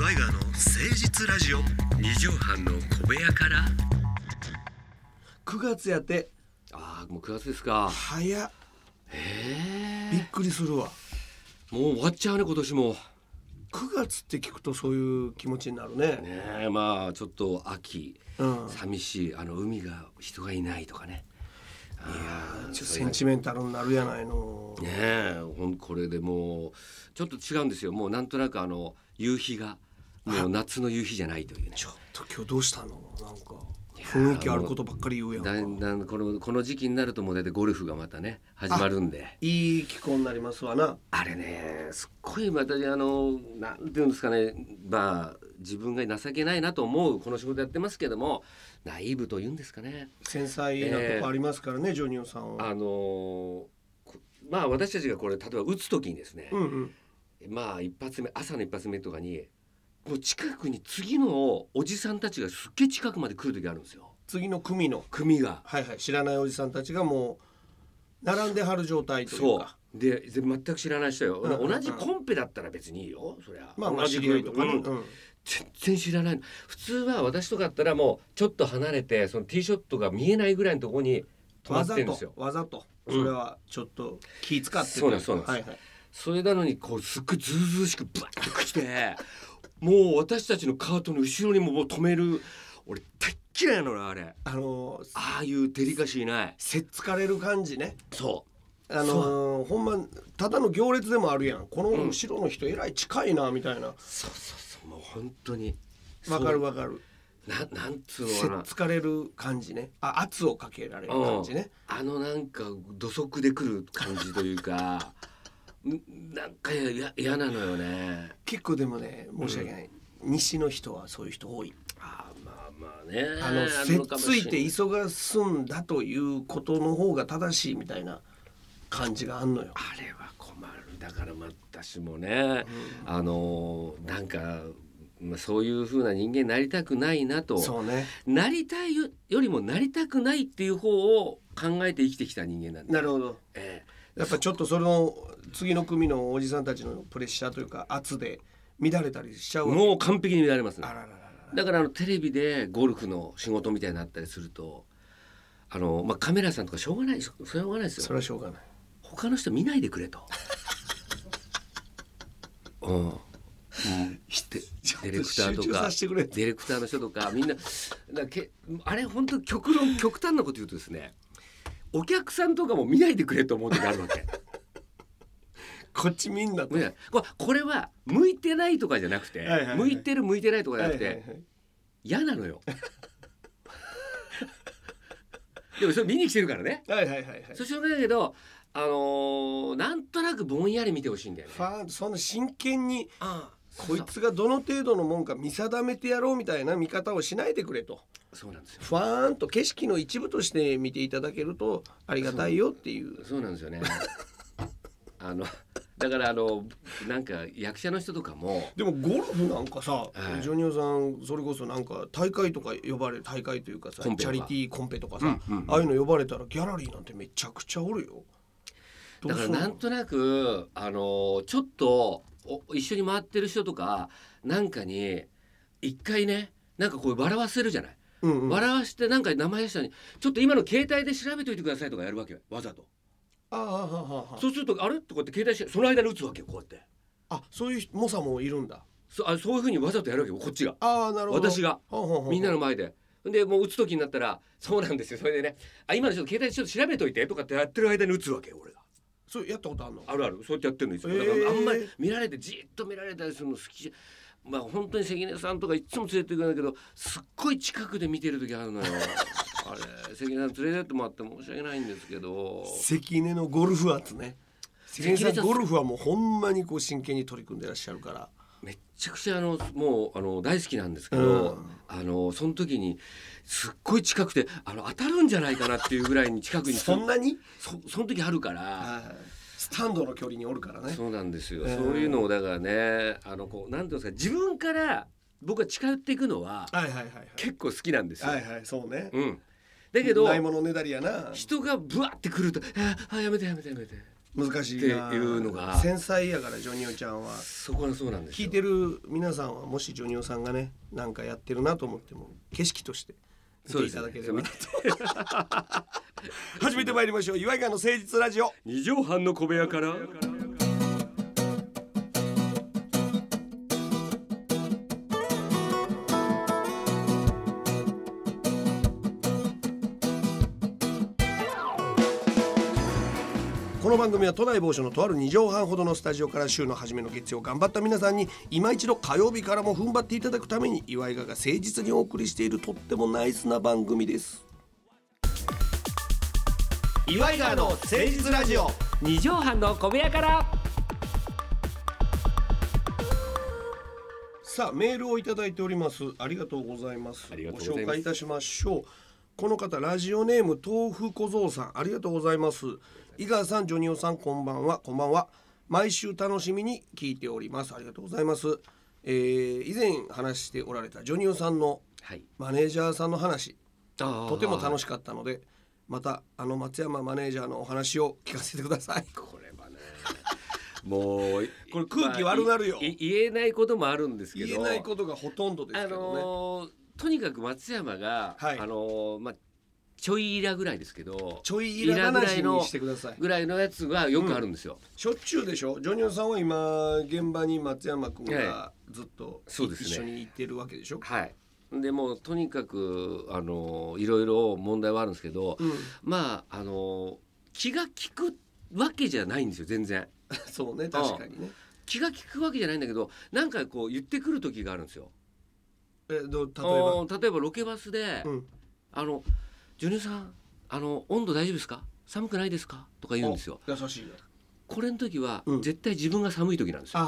イガーの誠実ラジオ。 二畳半の小部屋から。 9月やってもう9月ですか。 早っ。びっくりするわ。 もう終わっちゃうね今年も。 9月って聞くとそういう気持ちになるね。 ねえ、まあちょっと秋、 うん、 寂しい、海が人がいないとかね。 いやちょっとセンチメンタルになるやないの。 ねえ、これでもうちょっと違うんですよ。もうなんとなく夕日がもう夏の夕日じゃないというね。 ちょっと今日どうしたの。なんか雰囲気あることばっかり言うやんか。 だんだんこの時期になるともう大体ゴルフがまたね始まるんで、 いい気候になりますわな。 あれね、すっごいまたなんていうんですかね、まあ自分が情けないなと思うこの仕事やってますけども、ナイーブというんですかね、 繊細なとこありますからね、ジョニオさんは。 まあ私たちがこれ例えば打つ時にですね、 うんうん、 まあ朝の一発目とかにもう近くに次のおじさんたちがすっげえ近くまで来る時あるんですよ。 次の組が、はいはい、知らないおじさんたちがもう並んではる状態というか。 そうで全く知らない人よ、 うんうんうん、 同じコンペだったら別にいいよ、そりゃまあまあ同じ知り合いとかね、 全然知らない。普通は私とかだったらもうちょっと離れてそのティーショットが見えないぐらいのところに止まってるんですよ。 わざとそれはちょっと気使って、 そうなんです、はいはい、それなのにこうすっごいズうずうしくバッと来てもう私たちのカートの後ろにもう止める。俺大っ嫌いなのよあれ、ああいうデリカシーないせっつかれる感じね。 そうほんまただの行列でもあるやん、この後ろの人えらい近いなみたいな、 そうもう本当にわかるなんつうのせっつかれる感じね。圧をかけられる感じね。 なんか土足で来る感じというかなんか嫌なのよね。 結構でもね、申し訳ない、西の人はそういう人多い。 まあね、 せっついて急がすんだということの方が正しいみたいな感じがあんのよ。 あれは困る。だから私もね、なんかそういう風な人間になりたくないなと。 そうね、 なりたいよりもなりたくないっていう方を考えて生きてきた人間なんで。 なるほど、やっぱちょっとその次の組のおじさんたちのプレッシャーというか圧で乱れたりしちゃうわけ。 もう完璧に乱れますね。 あらららら。 だからテレビでゴルフの仕事みたいになったりするとカメラさんとかしょうがないですよ。それはしょうがない。 他の人見ないでくれとディレクターとかディレクターの人とかみんなあれ本当極端なこと言うとですね、お客さんとかも見ないでくれと思う時あるわけこっちみんなとこれは向いてないとかじゃなくて、向いてる向いてないとかじゃなくて、嫌なのよでもそれ見に来てるからね、そうしょうがないけどなんとなくぼんやり見てほしいんだよね。 そんな真剣にこいつがどの程度のもんか見定めてやろうみたいな見方をしないでくれと。 そうなんですよ。 ファーンと景色の一部として見ていただけるとありがたいよっていう。 そうなんですよねだからなんか役者の人とかも。 でもゴルフなんかさ、ジョニオさんそれこそなんか大会とか呼ばれる、大会というかさ、チャリティーコンペとかさ、ああいうの呼ばれたらギャラリーなんてめちゃくちゃおるよ。 だからなんとなくちょっと一緒に回ってる人とかなんかに一回ね、なんかこう笑わせるじゃない、笑わしてなんか名前したのにちょっと今の携帯で調べといてくださいとかやるわけよ、わざと。そうするとあれってこうやって携帯その間に打つわけよ、こうやって。 そういう猛者もいるんだ。 そういう風にわざとやるわけよ、こっちが。 なるほど。 私がみんなの前でもう打つ時になったらそうなんですよ、それでね、今のちょっと携帯ちょっと調べといてとかってやってる間に打つわけよ、俺が。 そうやったことあるの？ ある、そうやってやってるのいつも。だからあんまり見られてじっと見られたりするの好きじゃ、本当に関根さんとかいつも連れてってくれるんだけど、すっごい近くで見てる時あるのよあれ関根さん連れてってもらって申し訳ないんですけど。 関根のゴルフ圧ね。関根さんゴルフはもうほんまにこう真剣に取り組んでらっしゃるからめっちゃくちゃもう大好きなんですけど、その時にすっごい近くて当たるんじゃないかなっていうぐらいに近くにそんなにその時あるから、 スタンドの距離におるからね。 そうなんですよ、そういうのをだからねこうなんていうんですか、自分から僕は近寄っていくのは結構好きなんですよ。 そうね。 だけどないものねだりやな。 人がブワってくるとやめて難しいなっていうのが繊細やからジョニオちゃんは。 そこはそうなんですよ。 聞いてる皆さんはもしジョニオさんがねなんかやってるなと思っても景色として見ていただければなと始めてまいりましょう。岩井川の誠実ラジオ二畳半の小部屋から。 この番組は都内某所のとある2畳半ほどのスタジオから週の初めの月曜頑張った皆さんに今一度火曜日からも踏ん張っていただくために岩井川が誠実にお送りしているとってもナイスな番組です。岩井川の誠実ラジオ二畳半の小部屋から。 さあメールをいただいております。ありがとうございます。ご紹介いたしましょう。この方ラジオネーム豆腐小僧さん、ありがとうございます。井川さん、ジョニオさん、こんばんは。こんばんは。毎週楽しみに聞いております。ありがとうございます。以前話しておられたジョニオさんのマネージャーさんの話、とても楽しかったのでまた松山マネージャーのお話を聞かせてください。 これはねもうこれ空気悪なるよ、 言えないこともあるんですけど、 言えないことがほとんどですけどね、 とにかく松山が、ちょいイラぐらいですけど、 ちょいイラ話にしてくださいぐらいのやつがよくあるんですよ、 しょっちゅうでしょ。ジョニオさんは今現場に松山君がずっと一緒に行ってるわけでしょ。 はい。でもうとにかくいろいろ問題はあるんですけど、気が利くわけじゃないんですよ全然そうね、確かにね、 気が利くわけじゃないんだけど、なんかこう言ってくる時があるんですよ。例えばロケバスで、ジョニオさん温度大丈夫ですか、寒くないですかとか言うんですよ。 優しいよ。 これの時は、絶対自分が寒い時なんですよ。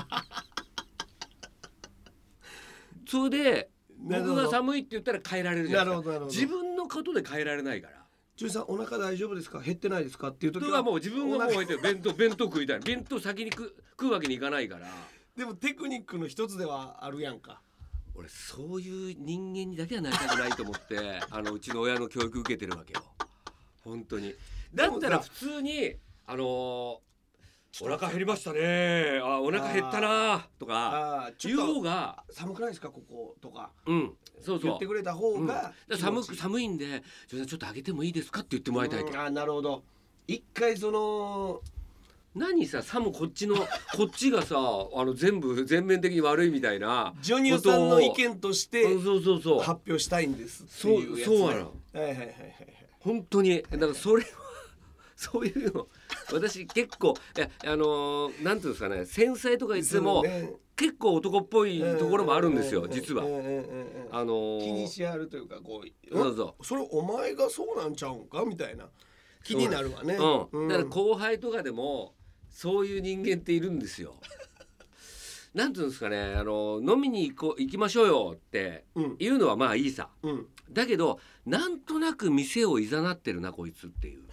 それで僕が寒いって言ったら変えられるじゃないですか。自分のことで変えられないから。 ジョニオさんお腹大丈夫ですか、減ってないですかっていう時はもう自分がもう弁当食いたい、弁当先に食うわけにいかないから。 でもテクニックの一つではあるやんか。 俺そういう人間にだけはなりたくないと思ってうちの親の教育受けてるわけよ本当に。だったら普通にお腹減りましたね、お腹減ったなとか言う方が、 寒くないですかこことか、 そう言ってくれた方が、 寒いんでちょっと上げてもいいですかって言ってもらいたいと。 なるほど。一回何さこっちがさ全面的に悪いみたいなジョニオさんの意見として発表したいんですっていうやつ、ね、 そうなの、本当に。だからそれはそういうの私結構なんていうんですかね、繊細とか言っても、結構男っぽいところもあるんですよ、実は。 気にしはるというか、それお前がそうなんちゃうんかみたいな気になるわね。だから後輩とかでもそういう人間っているんですよ。なんていうんですかね、飲みに行きましょうよっていうのはまあいいさ、だけどなんとなく店をいざなってるなこいつっていう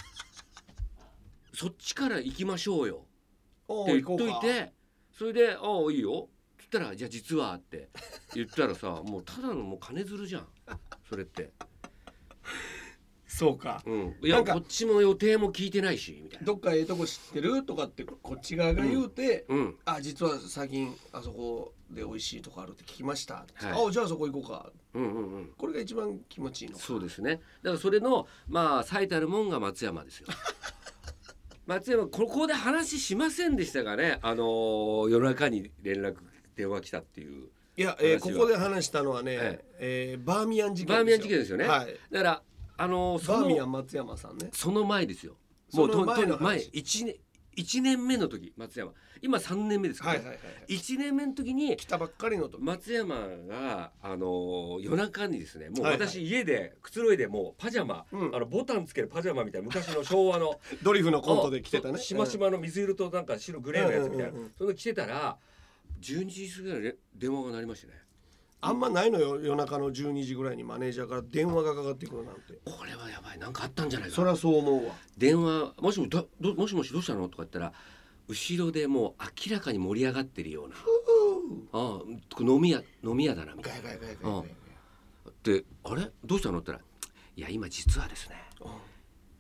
そっちから行きましょうよって言っといて、それでいいよって言ったら、じゃあ実はって言ったらさもうただのもう金づるじゃんそれって。 そうか、 いやこっちも予定も聞いてないしみたいな。 どっかええとこ知ってるとかってこっち側が言うて、実は最近あそこで美味しいとこあるって聞きました、じゃあそこ行こうか、これが一番気持ちいいのか。 そうですね。だからそれの最たるもんが松山ですよ松山ここで話しませんでしたがね、夜中に電話来たっていう。 いや、ここで話したのはね、バーミヤン事件ですよね。だからバーミヤン松山さんね。 その前ですよ。もうと前1年目の時松山、今3年目ですから、1年目の時に来たばっかりの時松山が夜中にですね、もう私家でくつろいでもうパジャマ、ボタンつけるパジャマみたいな昔の昭和のドリフのコントで着てたね、 しましまの水色となんか白グレーのやつみたいな、それ着てたら12時過ぎぐらいで電話が鳴りましてね。 あんまないのよ、夜中の12時ぐらいにマネージャーから電話がかかってくるなんて。 これはやばい、なんかあったんじゃないか。 そりゃそう思うわ。 電話もしもしどうしたのとか言ったら、後ろでもう明らかに盛り上がってるような飲み屋だなみたいな。であれどうしたのって言ったら、いや今実はですね、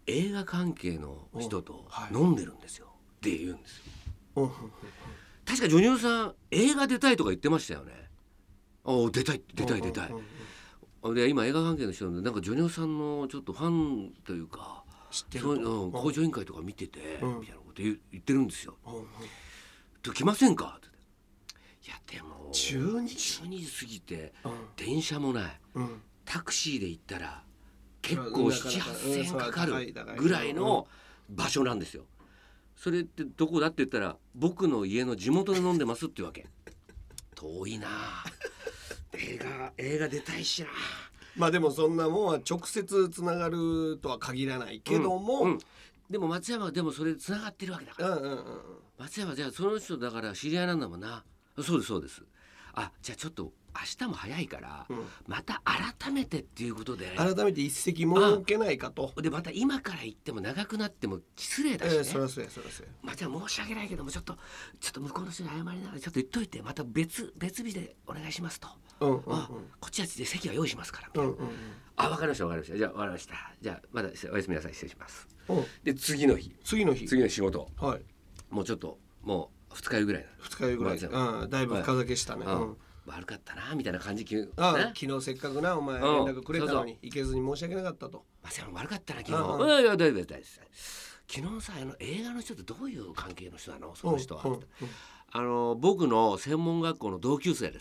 映画関係の人と飲んでるんですよ、って言うんですよ。確かジョニオさん映画出たいとか言ってましたよね。出たい。で今映画関係の人でなんかジョニオさんのちょっとファンというか知ってると工場委員会とか見てて、みたいなこと言ってるんですよ。来ませんかって。いやでも12時過ぎて、電車もない、タクシーで行ったら結構7,8,000円かかるぐらいの場所なんですよ。それってどこだって言ったら僕の家の地元で飲んでますっていうわけ。遠いな映画出たいしな。 まあでもそんなもんは直接つながるとは限らないけども、 でも松山はでもそれでつながってるわけだから、松山じゃあその人だから知り合いなんだもんな。そうです。じゃあちょっと明日も早いから、また改めてっていうことで改めて一席設けないかと。 でまた今から行っても長くなっても失礼だしね。 そらそうや。 じゃあ申し訳ないけどもちょっと向こうの人に謝りながらちょっと言っといて、また別日でお願いしますと、こっちはで席は用意しますからみたいな。わかりましたじゃあわかりました。じゃあまだおやすみなさい、失礼します。で次の日仕事、もうちょっともう2日酔いぐらいだいぶ深酒したね。 悪かったなみたいな感じ。 昨日せっかくなお前連絡くれたのに行けずに申し訳なかったと。 悪かったな昨日。いや大丈夫です。昨日さ映画の人ってどういう関係の人なのその人は。僕の専門学校の同級生です。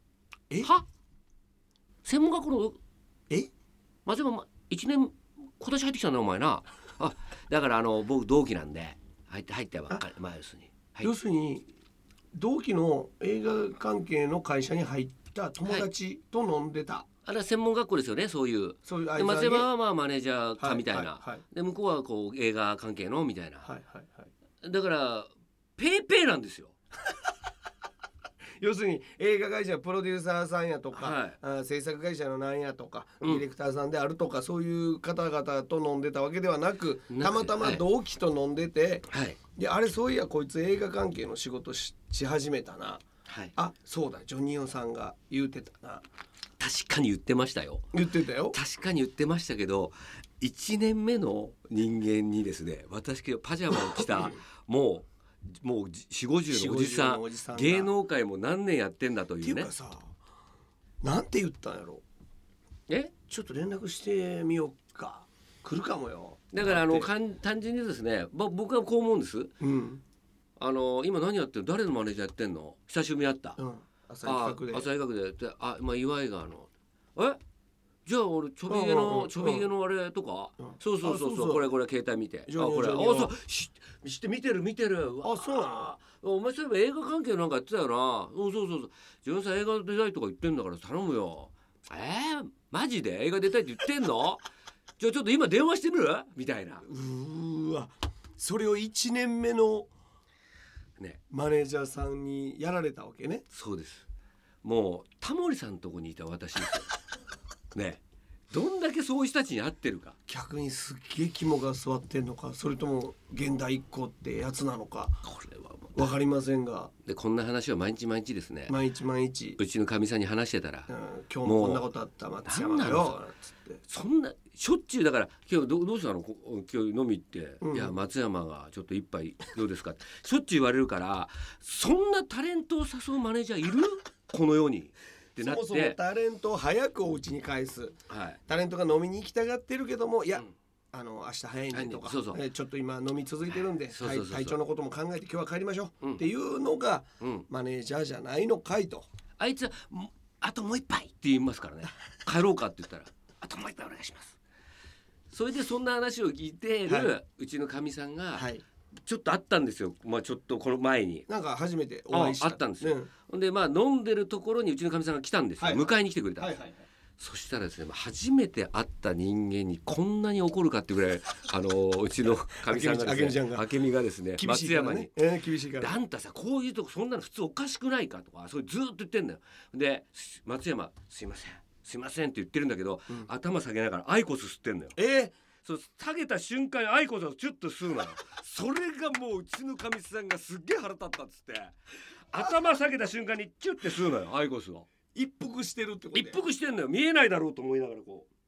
専門学校の松山1年今年入ってきたんだお前な。だから僕同期なんで入ってばっかり。 要するに同期の映画関係の会社に入った友達と飲んでた、 あれは専門学校ですよね。そういうで松山はまあマネージャーかみたいな、で向こうはこう映画関係のみたいな、だからペーペーなんですよ。 要するに映画会社プロデューサーさんやとか、制作会社のなんやとか、ディレクターさんであるとかそういう方々と飲んでたわけではなく、たまたま同期と飲んでて、であれそういやこいつ映画関係の仕事 し始めたな、そうだジョニオさんが言うてたな。 確かに言ってましたよ。 確かに言ってましたけど、1年目の人間にですね、私パジャマを着たもう40、50のおじさん、芸能界も何年やってんだというね。っていうかさ、なんて言ったんやろ。ちょっと連絡してみようか。来るかもよ。 だから単純にですね、僕はこう思うんです。今何やってる、誰のマネージャーやってんの、久しぶりに会った、朝日学で岩井川のじゃあ俺ちょびげのあれとか、そうこれ携帯見て、これ知って見てる。 そうなの。お前そういえば映画関係なんかやってたよな。そう自分さ映画出たいとか言ってんだから頼むよ。マジで映画出たいって言ってんの？じゃあちょっと今電話してみるみたいな。 それを1年目のマネージャーさんにやられたわけね。 そうです。もうタモリさんのとこにいた私ですよ。どんだけそういう人たちに会ってるか。 逆にすっげえ肝が座ってんのか、それとも現代一行ってやつなのか、 これはもう分かりませんが、 でこんな話を毎日ですね、 毎日うちのかみさんに話してたら、 今日もこんなことあった松山だよつって、 そんなしょっちゅうだから、今日どうしたの今日飲み行って、いや松山がちょっと一杯どうですかってしょっちゅう言われるから、そんなタレントを誘うマネージャーいるこの世にってなって、 そもそもタレントを早くお家に返す、タレントが飲みに行きたがってるけども、いや、明日早いんでとか、ちょっと今飲み続いてるんで、体調のことも考えて今日は帰りましょう、っていうのが、マネージャーじゃないのかいと。 あいつはあともう一杯って言いますからね。帰ろうかって言ったらあともう一杯お願いします。それでそんな話を聞いてる、うちのかみさんが、ちょっとあったんですよ。ちょっとこの前になんか初めてお会いした。 あったんですよ。で飲んでるところにうちのかみさんが来たんですよ。迎えに来てくれた。そしたらですね、初めて会った人間にこんなに怒るかっていうぐらいうちのかみさんがですね、明美がですね、松山に厳しいから、 あんたさこういうとこそんなの普通おかしくないかとか、それずっと言ってんだよ。で松山すいませんって言ってるんだけど、頭下げながらアイコス吸ってんのよ。そう下げた瞬間にアイコスをチュッと吸うのよ。それがもううちのかみさんがすっげえ腹立ったっつって、頭下げた瞬間にチュッて吸うのよ、アイコスを。 一服してるってこと。 一服してんのよ。見えないだろうと思いながらこ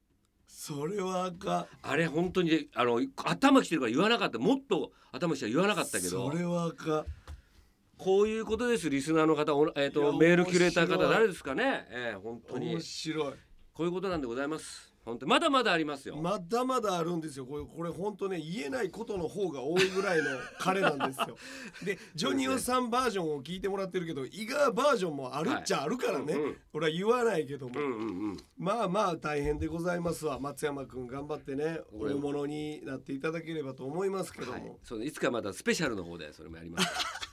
それはあかん。 あれ本当に頭きてるから言わなかった。もっと頭きては言わなかったけど、 それはあかん。 こういうことです。リスナーの方、メールキュレーター方誰ですかね。本当に面白い。 こういうことなんでございます。本当にまだまだありますよ。 まだまだあるんですよ。これ本当ね、言えないことの方が多いぐらいの彼なんですよ。でジョニオさんバージョンを聞いてもらってるけど、伊賀バージョンもあるっちゃあるからね、俺は言わないけども、まあまあ大変でございますわ。松山くん頑張ってね、大物になっていただければと思いますけども、 いつかまたスペシャルの方でそれもやります。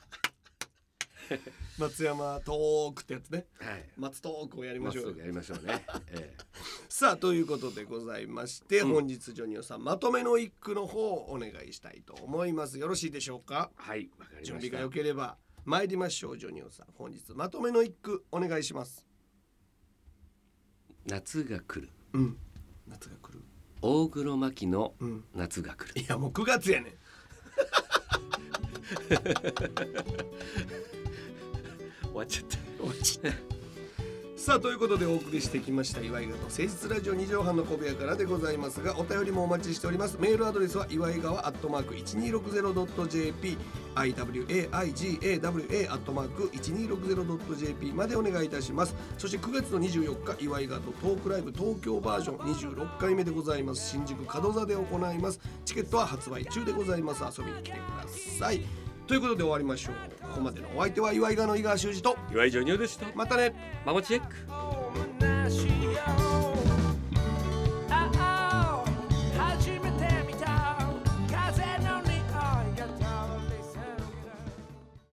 松山トークってやつね、松トークをやりましょう。 やりましょうね。 さあということでございまして、本日ジョニオさんまとめの一句の方をお願いしたいと思います。よろしいでしょうか。 はい、わかりました。 準備が良ければ参りましょう。ジョニオさん、本日まとめの一句お願いします。 夏が来る。 夏が来る。 大黒摩季の夏が来る。 いやもう9月やねん。 終わっちゃった。 さあということでお送りしてきました岩井川の誠実ラジオ2畳半の小部屋からでございますが、お便りもお待ちしております。メールアドレスは岩井川@1260.jp iwaigawa@1260.jp までお願いいたします。そして9月の24日岩井川とトークライブ東京バージョン26回目でございます。新宿門座で行います。チケットは発売中でございます。遊びに来てください。ということで終わりましょう。ここまでのお相手は岩井川の井川修司と岩井ジョニオでした。 またね。 ママチェック。